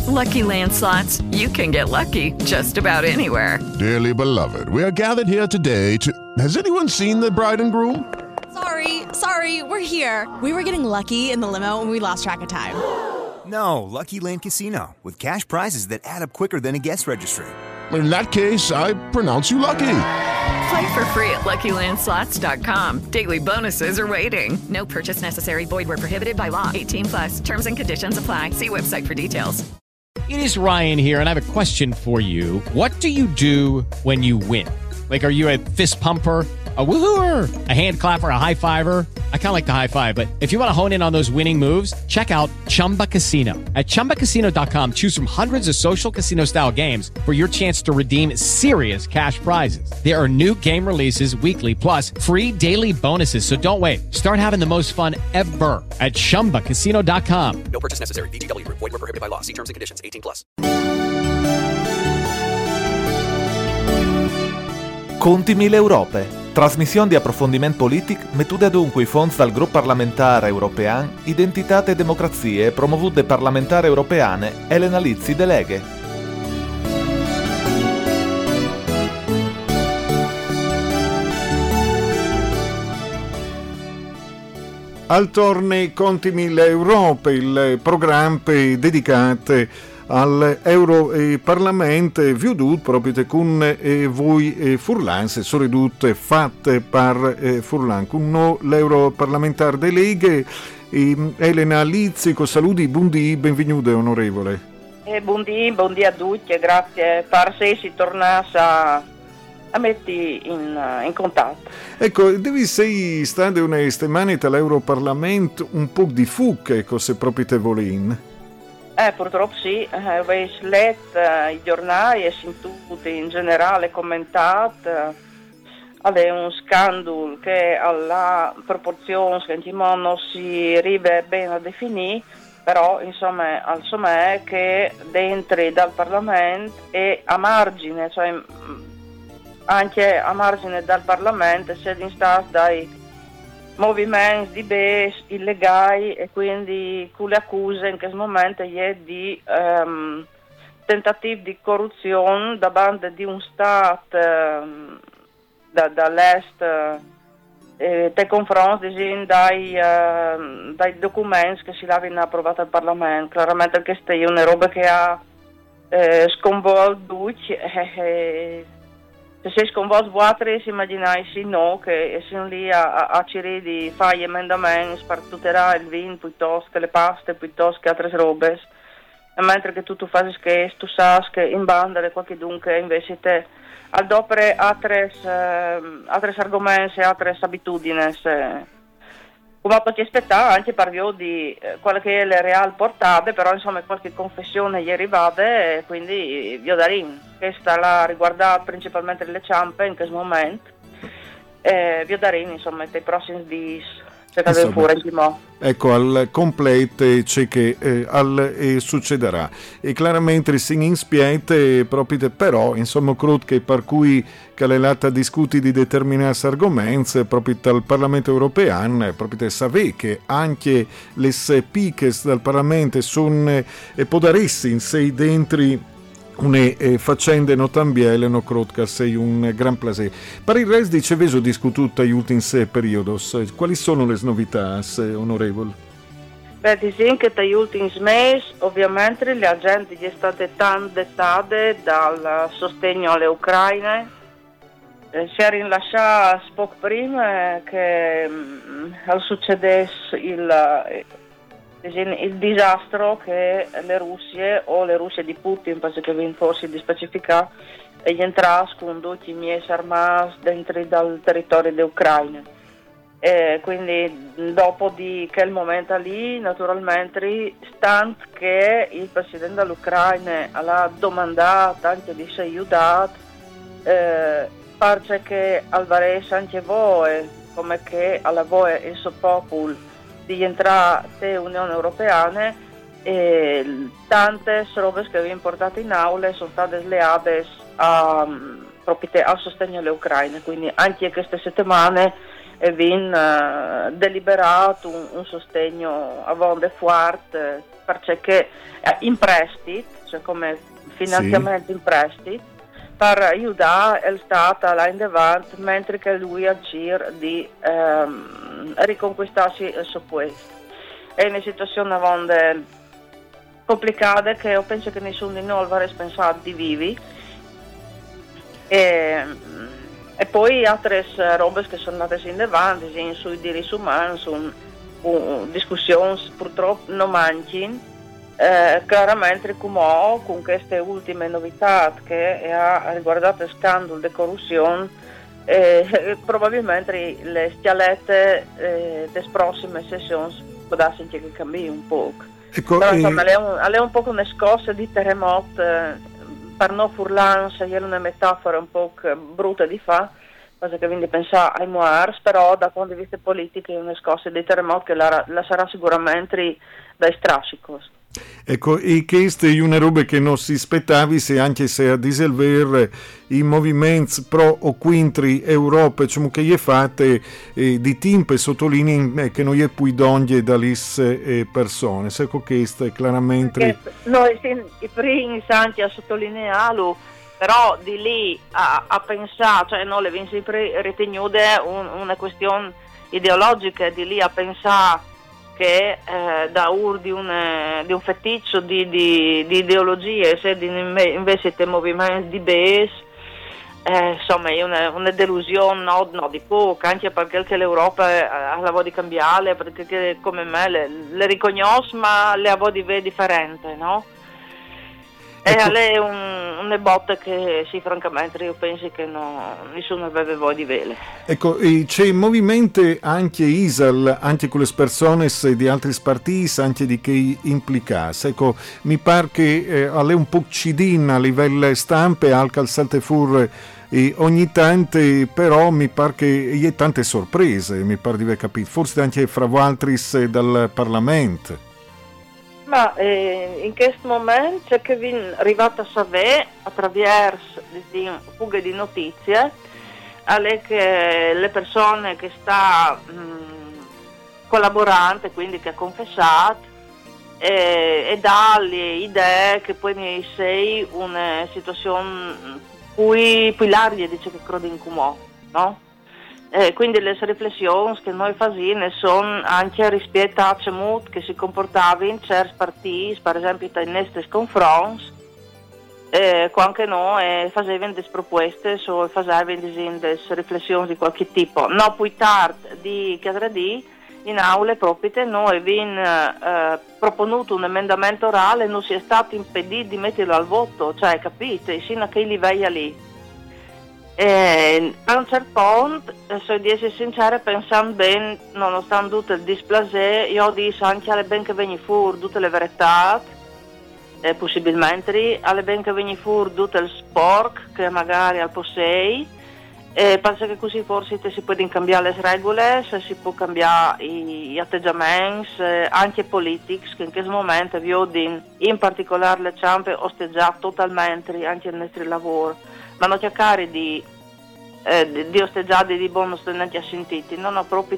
Lucky Land Slots, you can get lucky just about anywhere. Dearly beloved, we are gathered here today to... Has anyone seen the bride and groom? Sorry, we're here. We were getting lucky in the limo and we lost track of time. No, Lucky Land Casino, with cash prizes that add up quicker than a guest registry. In that case, I pronounce you lucky. Play for free at LuckyLandSlots.com. Daily bonuses are waiting. No purchase necessary. Void where prohibited by law. 18+. Terms and conditions apply. See website for details. It is Ryan here, and I have a question for you. What do you do when you win? Like, are you a fist pumper, a woohooer, a hand clapper, a high fiver? I kind of like the high five, but if you want to hone in on those winning moves, check out Chumba Casino. At ChumbaCasino.com, choose from hundreds of social casino-style games for your chance to redeem serious cash prizes. There are new game releases weekly, plus free daily bonuses, so don't wait. Start having the most fun ever at ChumbaCasino.com. No purchase necessary. VGW. Void where prohibited by law. See terms and conditions. 18+. Conti mille Europe, trasmissione di approfondiment politic mettuta dunque i fonds dal gruppo parlamentare european Identitate e Democrazie promovute parlamentare europeane Elena Lizzi deleghe. Al torne Conti mille Europe, il programma dedicato all'Europarlamento vedut proprio con voi Furlan, sono ridotte fatte per Furlan, con l'Europarlamentare deleghe Elena Lizzi, con saluti, buondì, benvenuta onorevole. Buondì a tutti e grazie per se si tornasse a metti in contatto. Ecco, devi sei state una settimana all'Europarlamento un po' di fucche, se proprio te volin. Purtroppo sì, ho letto i giornali e sentito in generale commentato, è un scandalo che alla proporzione che non si arriva bene a definire, però insomma è che dentro dal Parlamento e a margine, cioè anche a margine dal Parlamento si è instato dai movimenti di base illegali e quindi con le accuse in questo momento è di tentativi di corruzione da parte di un Stato dall'est nei confronti dai documenti che si l'avevano approvato al Parlamento. Chiaramente questa è una roba che ha sconvolto tutti. Se si è sconvolto voi, si immaginai sì no, che sono lì a cercare di fare emendamenti per tutelare il vino piuttosto che le paste, piuttosto che altre robe. E mentre che tu fai che tu sai che in banda le qualche dunque invece te adopere altre argomenti e altre abitudini. Come potevi aspettare anche per via di quelle che è le reali portate, però insomma qualche confessione gli arrivava e quindi vi ho dato. Questa l'ha riguardata principalmente le ciampe in questo momento. Vi ho dato insomma dei prossimi di cercare fuori di mo'. Ecco, al completo c'è che succederà. E chiaramente si inspiete proprio però, insomma, credo che per cui che l'elata discuti di determinati argomenti proprio dal Parlamento europeo, proprio sapere che anche le picche dal Parlamento sono podaressi in sei dentro une faccende notambiele, no credo che sia un gran piacere. Per il resto dicevo discututo negli ultimi periodi. Quali sono le novità, onorevole? Diciamo che negli ultimi mesi ovviamente le agende sono state tanto dettate dal sostegno alle Ucraine. Si è rilasciato poco prima che succedesse il disastro che le Russie di Putin, penso che vi forse di specificare, è entrato con tutti i miei armati dentro dal territorio dell'Ucraina. Quindi dopo di quel momento lì, naturalmente, stante che il presidente dell'Ucraina ha domandato anche di essere aiutato, parce che alvarez anche voi, come che alla voi e il suo popolo, di entrare nell'Unione Europea e tante robe che vi portate in aula sono state sleate proprio al sostegno alle Ucraine, quindi anche queste settimane e vin deliberato un sostegno a Vonde forte perché in prestito, cioè come finanziamento in prestito, per aiutare il Stato a in avanti mentre che lui agir di riconquistarsi il suo paese. È una situazione Vonde complicata che io penso che nessuno di noi avrebbe pensato di vivi. E poi altre robe che sono andate in avanti sui diritti umani, su discussioni purtroppo non mancano. Chiaramente come con queste ultime novità che ha riguardato il scandalo di corruzione, probabilmente le stialette delle prossime sessioni potranno che cambi un po'. Ecco, però insomma è un po' una scossa di terremoto, per non furlanza, è una metafora un po' brutta di fa, cosa che quindi pensare ai Moars, però dal punto di vista politico è una scossa di terremoto che la sarà sicuramente dai strascicos. Ecco, e questa è una roba che non si aspettavi, se anche se a diselver i movimenti pro o quintri Europa, diciamo che gli fate di timpe sottolinei che non gli è poi donne dalle persone, ecco questo è chiaramente... Noi i primi santi a sottolinearlo, però di lì a pensare, cioè noi le abbiamo sempre ritenute una questione ideologica, di lì a pensare che da di un feticcio di ideologie, se invece dei movimenti di base, insomma è una delusione no di poco, anche perché l'Europa ha la voce di cambiare, perché come me le riconosco ma le ha di vedere differente, no? Ecco. È una botta che sì, francamente io penso che nessuno aveva voglia di vele. Ecco, c'è movimento anche ISAL, anche con le persone di altri partiti, anche di chi implicas. Ecco, mi pare che è un po' cidina a livello stampe, al calzate fur ogni tanto, però mi pare che gli è tante sorprese, mi pare di aver capito, forse anche fra altri dal Parlamento. Ma in questo momento c'è che viene arrivata a sapere attraverso fughe di notizie che le persone che sta collaborando, quindi che ha confessato, e dalle idee che poi sei una situazione cui larga dice che crede in comò, no? Quindi le riflessioni che noi facciamo sono anche rispetto a come che si comportava in certi partiti, per esempio nei nostri confronti, quando noi facevano delle proposte o facevano delle riflessioni di qualche tipo. No, più tardi di che in aule proprio noi abbiamo proponuto un emendamento orale e non si è stato impedito di metterlo al voto, cioè capite, sino a che livello lì. A un certo punto, se di essere sincera, pensando bene, nonostante tutto il displasè, io dico anche alle ben che vengono fuori tutte le verità, possibilmente, alle ben che vengono fuori tutto il sporco che magari al possei, penso che così forse si può cambiare le regole, se si può cambiare gli atteggiamenti, anche politici, che in questo momento vedono in particolare le ciampe osteggiare totalmente anche il nostro lavoro. Ma non cercare di osteggiare di bonus tenenti assentiti, non ho proprio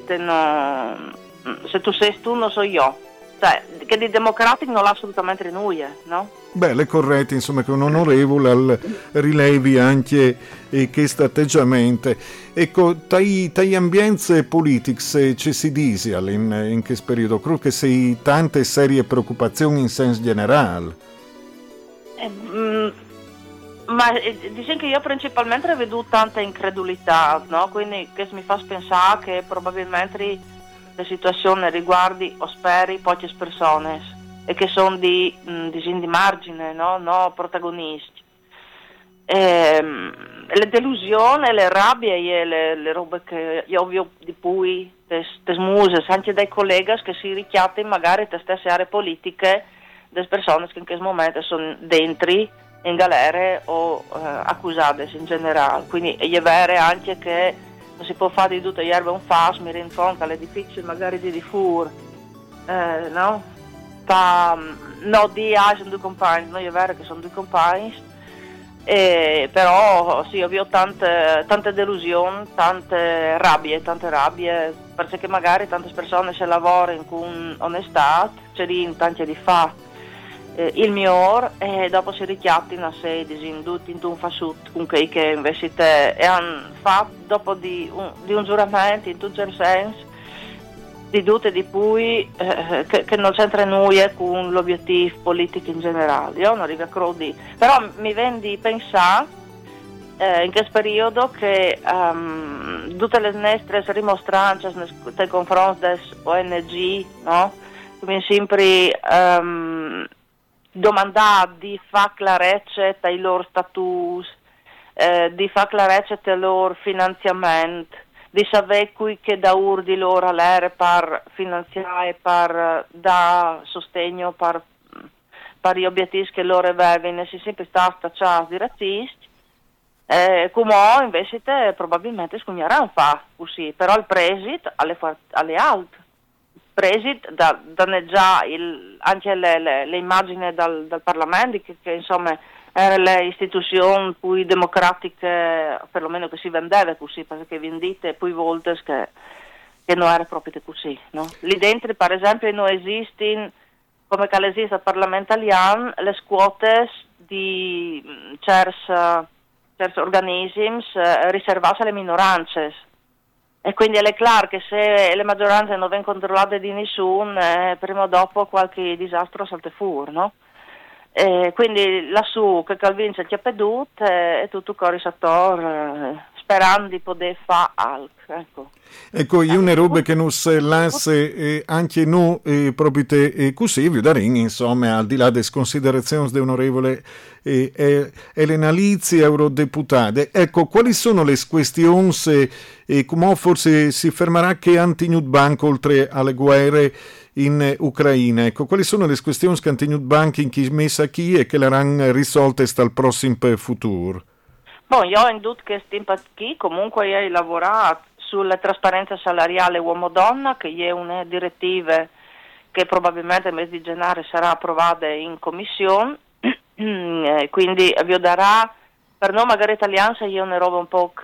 se tu sei tu non so io, cioè che di democratico non l'ha assolutamente nulla, no? Beh, le corrette, insomma, che un onorevole rilevi anche questo atteggiamento. Ecco, dai ambienti politici ci si dice in questo periodo, credo che sei tante serie preoccupazioni in senso generale. Ma diciamo che io principalmente ho veduto tanta incredulità, no? Quindi che mi fa pensare che probabilmente la situazione riguardi o speri poche persone e che sono di margine, no protagonisti. Le delusioni, le rabbie e le robe che io ovvio di cui te smuse anche dai colleghi che si richiamano magari le stesse aree politiche delle persone che in questo momento sono dentro in galere o accusate in generale, quindi è vero anche che non si può fare di tutto erba un fas, mi rendo conto che è difficile magari di diffur, no? No, sono due compagni, no, è vero che sono due compagni, Però sì, ho avuto tante delusioni, tante rabbie, perché magari tante persone se lavorano con onestà, c'è tanti di fa il mio e dopo si richiattino a sé in un fasciut con che invece te e hanno fatto dopo di un giuramento in tutto il senso di tutte di cui che non c'entra nulla con l'obiettivo politico in generale. Io non arrivo a crudi, però mi viene di pensare in questo periodo che tutte le nostre rimostranze nei confronti delle ONG, no? Come sempre domandare di fare chiarezza dai loro status, di fare chiarezza dai loro finanziamenti, di sapere qui che da urdi loro all'era per finanziare, per dare sostegno per gli obiettivi che loro avevano, e si sempre sta stacciando di razzisti, come invece probabilmente scugneranno fa così, però il preside alle alte. Presid danneggia anche le immagini dal Parlamento che insomma erano le istituzioni più democratiche, perlomeno che si vendeva così, perché vendite più volte che non era proprio così, no? Lì dentro per esempio non esistono, come che esiste al Parlamento italiano, le quote di certi organismi riservate alle minoranze. E quindi è chiaro che se le maggioranze non vengono controllate di nessuno, prima o dopo qualche disastro salta fuori, no? Quindi lassù che Calvin ci ha perduto e tutto il risatore sperando di poter fare altro. Ecco, io una roba che non si lasse anche noi proprio così, vi daremo, insomma, al di là delle considerazioni dell'onorevole Elena Lizzi, eurodeputata. Ecco, quali sono le questioni e come forse si fermerà che Antinut Bank oltre alle guerre in Ucraina? Ecco, quali sono le questioni che Antinut Bank in chi messa qui e che le avranno risolte sta il prossimo futuro? Io ho indotto che qui comunque io ho lavorato sulla trasparenza salariale uomo-donna, che è una direttiva che probabilmente nel mese di gennaio sarà approvata in commissione, quindi vi darà, per noi magari italiani è una roba un po'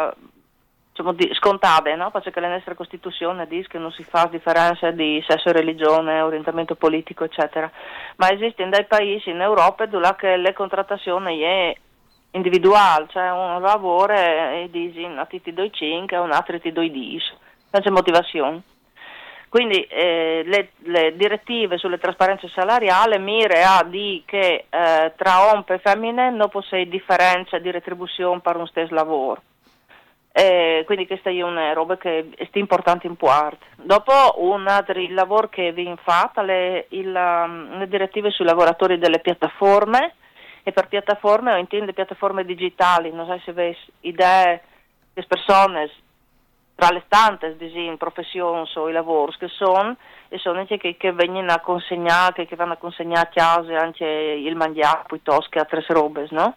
scontata, no? Perché la nostra Costituzione dice che non si fa differenza di sesso, religione, orientamento politico, eccetera, ma esistono dei paesi in Europa dove le contrattazioni è individuale, cioè un lavoro e dici a ti do 5 e un altro ti do 10, senza motivazione. Quindi le direttive sulle trasparenze salariali mire a dire che tra uomini e femmine non possiede differenza di retribuzione per un stesso lavoro. Quindi questa è una roba che è importante in parte. Dopo un altro lavoro che viene fatto le direttive sui lavoratori delle piattaforme, e per piattaforme intendo piattaforme digitali, non so se avete idee che persone tra le tante professioni o i lavori che sono anche che vengono a consegnare, che vanno a consegnare a casa anche il mangiare piuttosto che altre robe, no?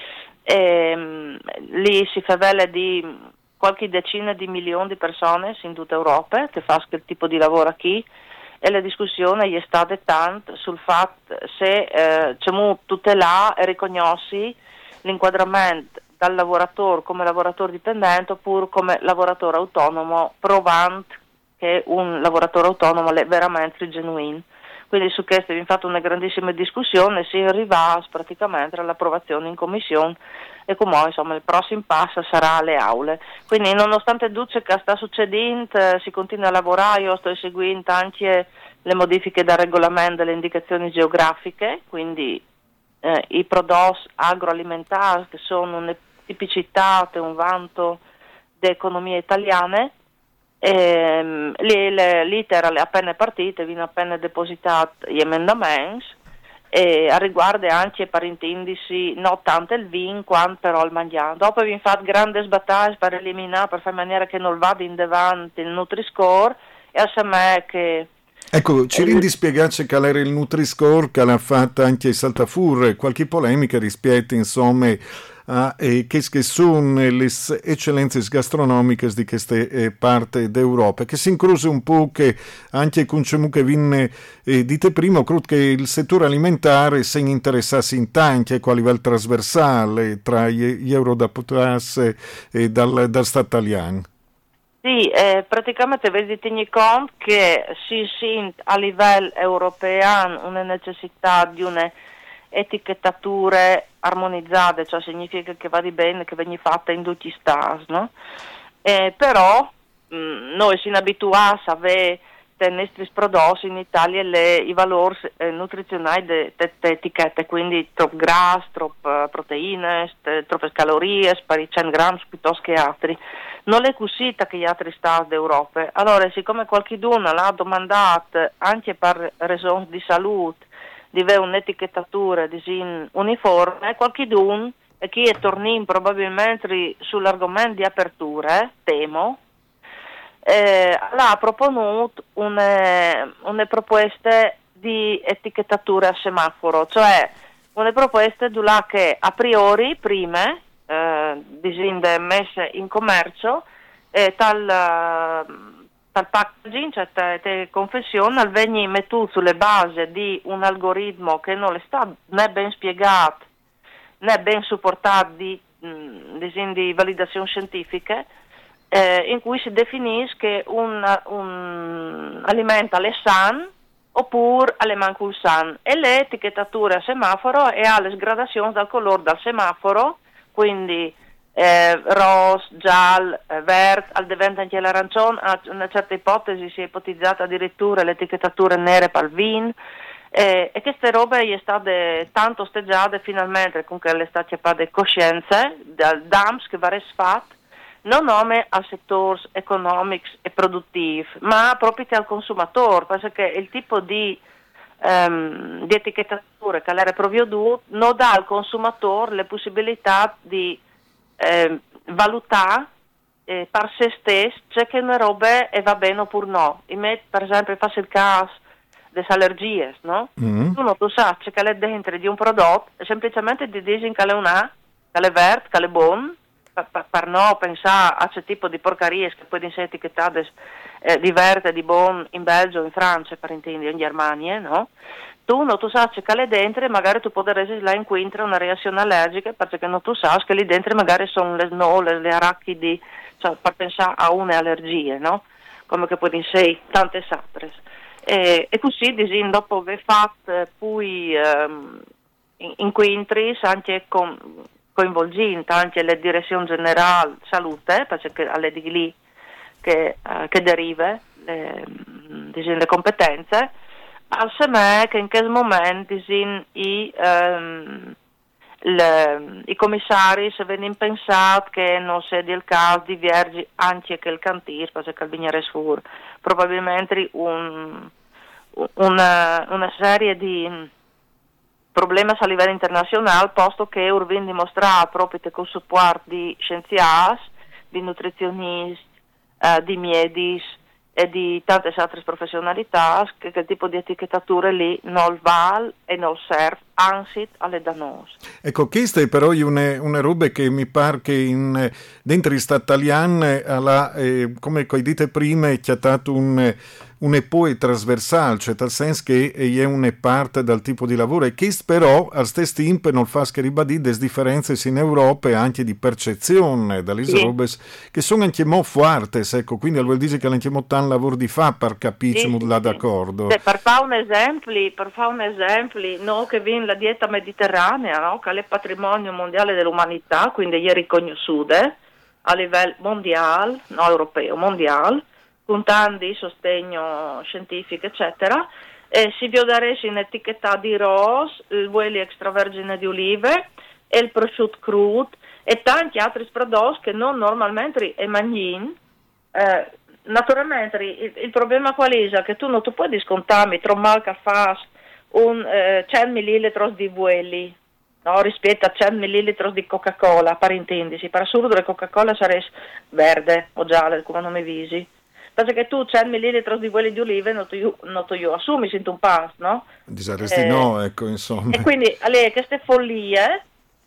Lì si parla di qualche decina di milioni di persone in tutta Europa che fanno quel tipo di lavoro qui, e la discussione è stata tanto sul fatto se tutelare e riconoscere l'inquadramento dal lavoratore come lavoratore dipendente oppure come lavoratore autonomo, provando che un lavoratore autonomo è veramente genuino. Quindi su questo abbiamo fatto una grandissima discussione e si arriva praticamente all'approvazione in commissione, e come insomma il prossimo passo sarà alle aule. Quindi nonostante tutto che sta succedendo, si continua a lavorare. Io sto seguendo anche le modifiche del regolamento delle indicazioni geografiche, quindi i prodotti agroalimentari che sono una tipicità e un vanto dell'economia italiana. L'iter è appena partito, viene appena depositato gli emendamenti, e a riguardo anche per intendersi non tanto il vino quanto però il mangiare. Dopo abbiamo fatto grandi battaglie per eliminare, per fare in maniera che non vada in davanti il Nutri-Score, e a me che ecco, ci rendi spiegarci qual era il Nutri-Score che l'ha fatta anche Saltafur, qualche polemica rispetto insomma a che sono le eccellenze gastronomiche di queste parti d'Europa, che si incruse un po' che anche con ciò che viene dite prima, credo che il settore alimentare se interessasse in tanti, a livello trasversale tra gli eurodeputati e dal Stato italiano. Sì, praticamente vedi tenere conto che si a livello europeo una necessità di una etichettature armonizzate, cioè significa che va di bene che venga fatta in tutti gli stati, no? Però noi siamo abituati a avere dei nostri prodotti in Italia i valori nutrizionali delle etichette, quindi troppo grasso, troppe proteine, troppe calorie, pari 100 grammi piuttosto che altri. Non è così che gli altri stati d'Europa. Allora, siccome qualcuno l'ha domandato anche per ragioni di salute, di avere un'etichettatura uniforme, qualcuno, e chi è tornato probabilmente sull'argomento di aperture, temo, ha proponuto una proposta di etichettatura a semaforo, cioè una proposta che a priori, prima, messe in commercio, tal packaging, cioè te confessione, viene mettuto sulle basi di un algoritmo che non le sta né ben spiegato né ben supportato di validazioni scientifiche, in cui si definisce che un alimento è san oppure alle mancul san, e le etichettature a semaforo e alle sgradazioni dal colore dal semaforo, quindi rosso, giallo, verde, al diventa anche l'arancione, a una certa ipotesi si è ipotizzata addirittura l'etichettatura nere per il vino, e queste robe è state tanto osteggiate finalmente, comunque le state fatte coscienze dal DAMS che va fatto non nome al settore economico e produttivo, ma proprio al consumatore, perché il tipo di etichettatura che l'era provveduto non dà al consumatore le possibilità di valutare per se stesso se che una roba va bene oppure no. Per esempio faccio il caso delle allergie, no? Tu sai che è dentro di un prodotto semplicemente ti dici che è una, che è verde, che è buono, per no pensare a questo tipo di porcarie che poi essere etichettate di verde e di buono in Belgio, in Francia, per intendere, in Germania, no? Tu sai che è dentro e magari tu potresti là incontrare una reazione allergica perché non tu sai che lì dentro magari sono le arachidi, cioè per pensare a une allergie, no? Come che poi sei tante altre. E così dopo aver fatto poi incontri anche coinvolgendo anche le direzioni generali salute, perché alle di lì che deriva le competenze, al SEME che in questo momento i commissari se vengono pensati che non sia il caso di vergi anche che il cantiere, perché il vignere sfur probabilmente una serie di problemi a livello internazionale, posto che urvin dimostrato proprio con il supporto di scienziati, di nutrizionisti, di medici e di tante altre professionalità, che quel tipo di etichettature lì non vale e non serve, anzi alle dannose. Ecco, questa è però una roba che mi pare che dentro gli stati italiani, come dite prima, è chiamato un epoe trasversale, cioè nel senso che è una parte dal tipo di lavoro, e che però al stesso tempo non fa che ribadire le differenze in Europa e anche di percezione dalle robe che sono anche molto forti, ecco, quindi vuol dire che anche molto tanto lavoro di fa per capirci là d'accordo. Per fare un esempio, no, che viene la dieta mediterranea, no, che è patrimonio mondiale dell'umanità, quindi è riconosciuta a livello mondiale, no europeo, mondiale, puntando di sostegno scientifico, eccetera, e si vede in etichetta di rose, il uovo extravergine di olive e il prosciutto crudo e tanti altri prodotti che non normalmente è mangiano. Naturalmente il problema qual è? Che tu non ti puoi discontare troppo male che fai 100 ml di uovo, no, rispetto a 100 ml di Coca-Cola, per intendersi. Per assurdo la Coca-Cola sarebbe verde o gialla, come non mi visi. Perché tu 100 ml di uovo di olive non ti assumi in un pass, no? Disarresti no, ecco, insomma. E quindi queste follie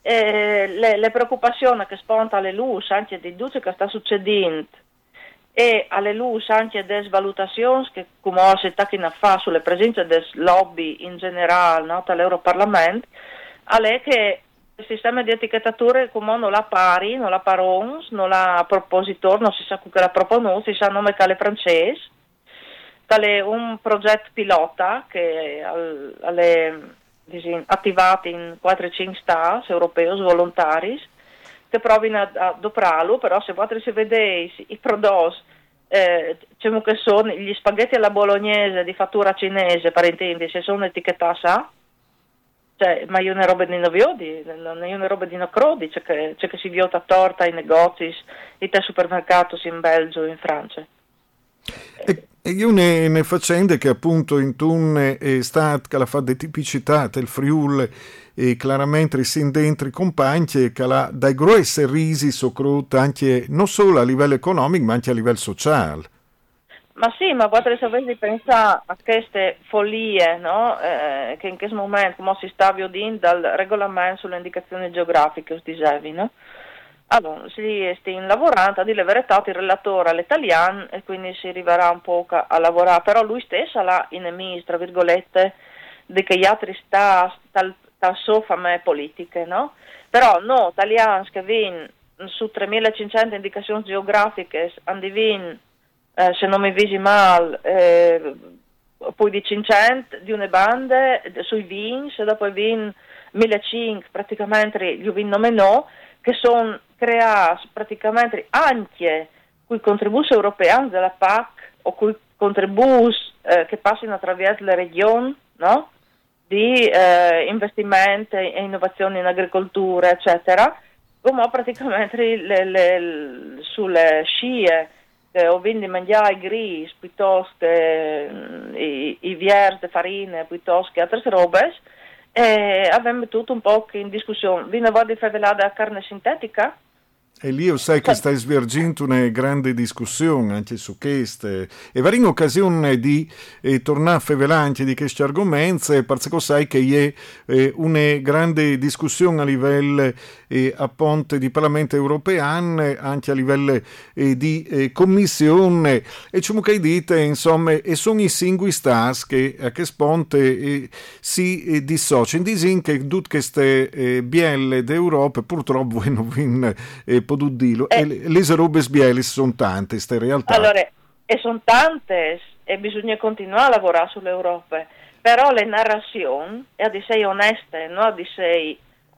le preoccupazioni che sponta alle luci anche di tutto che sta succedendo e alle luci anche delle valutazioni che come si sta a fare sulle presenze del lobby in generale, no, dall'Europarlamento, è che il sistema di etichettatura come non la pari, non la parons, non la propositor, non si sa che la propone, si sa nome che è francese. Tale un progetto pilota che è attivato in 4-5 stati europei volontari che provino a adoprarlo, però se voi si vedete i prodotti diciamo che sono gli spaghetti alla bolognese di fattura cinese, per intendersi, se sono etichettati cioè, ma io ne roba di noviodi, non è una roba di crodi, c'è che si viota torta ai negozi, ai supermercati in Belgio, in Francia. E io ne facendo che appunto in tun stat che la fa di tipicità del Friuli e chiaramente sin dentro i compagni che la dai grossi risi socrut anche non solo a livello economico ma anche a livello sociale. Ma sì, ma potete sapere pensare a queste follie, no? Che in questo momento come si sta vedendo dal regolamento sulle indicazioni geografiche, dicevi, no? Allora, si sta lavorando, a dire la verità, il relatore all'italiano e quindi si arriverà un po' a lavorare, però lui stesso ha i nemici, tra virgolette, di che gli altri sta sofame politiche, no? Però no, italiani che vengono su 3.500 indicazioni geografiche, hanno se non mi visi male, poi di 500 di una banda sui vins, e dopo vin 1.500 praticamente gli vin no, che sono creati praticamente anche con i contributi europei della PAC o con i contributi che passano attraverso le regioni, no? Di investimenti e innovazioni in agricoltura, eccetera, come praticamente sulle scie o quindi mangiare i gris piuttosto che i viers di farina piuttosto che altre robe, abbiamo tutto un po' in discussione. Vi ne di favelare a carne sintetica? E lì io sai che stai svergendo una grande discussione anche su questo e va in occasione di tornare a favelare anche di questi argomenti perché sai che è una grande discussione a livello appunto di Parlamento europeo anche a livello di Commissione e ciò che dite insomma e sono i singoli stati che a che sponte si dissociano dicono che tutte queste bielle d'Europa purtroppo non potuto dirlo e le robe sbielle sono tante queste realtà. Allora, e sono tante e bisogna continuare a lavorare sull'Europa, però le narrazioni e di sei oneste, no? Di sei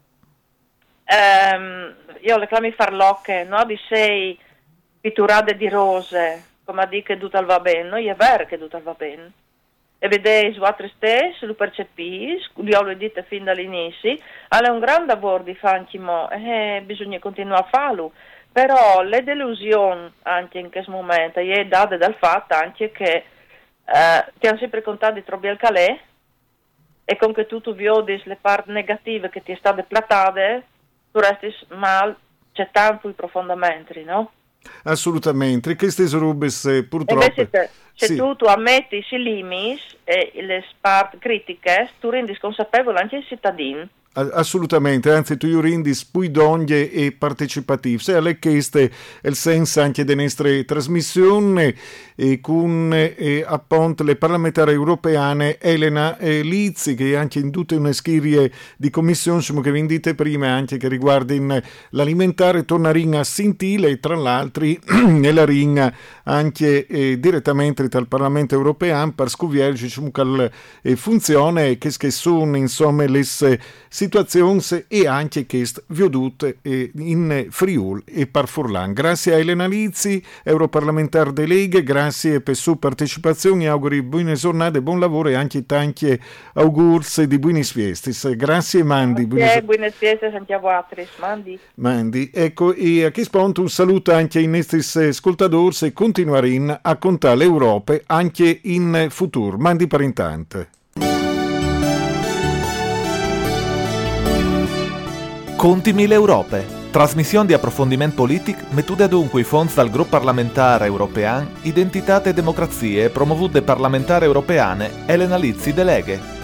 io le chiamo farlocche, no? Di sei pitturate di rose, come dico che tutto va bene, no? È vero che tutto va bene. E vedete su altri stessi, lo percepisci, lo dite fin dall'inizio, è un gran lavoro di fanchimo, bisogna continuare a farlo, però le delusioni anche in questo momento è date dal fatto anche che ti hanno sempre contato di troppo il calè e con che tu vedi le parti negative che ti state platate, tu resti male, c'è tanto profondamente, no? Assolutamente, queste robe purtroppo... Se tu ammetti i limiti e le parti critiche, tu rendi consapevole anche i cittadini. Assolutamente, anzi tu rendi spuidoglie e partecipativo. Se alle queste è il senso anche delle nostre trasmissioni e con appunto le parlamentari europeane Elena Lizzi che anche in tutte una serie di commissioni che vi dite prima anche che riguardano l'alimentare torna ringa Sintile e tra l'altro nella ringa anche direttamente dal Parlamento europeo per scoprire che funzione che sono insomma le situazioni e anche che vedute in Friuli e per Furlan. Grazie a Elena Lizzi, europarlamentare de Leghe, grazie per la sua partecipazione, auguri buone giornate, buon lavoro e anche tanti auguri di buone feste. Grazie Mandi. Buone feste Santiago Atris, Mandi. Ecco, e a questo punto un saluto anche ai nostri ascoltatori e continuare a contare l'Europa anche in futuro. Mandi per intanto. Conti mille Europe, trasmissione di approfondimento politic mettuta dunque i fondi dal gruppo parlamentare european Identitate e Democrazie promovute parlamentare europeane Elena Lizzi de Leghe.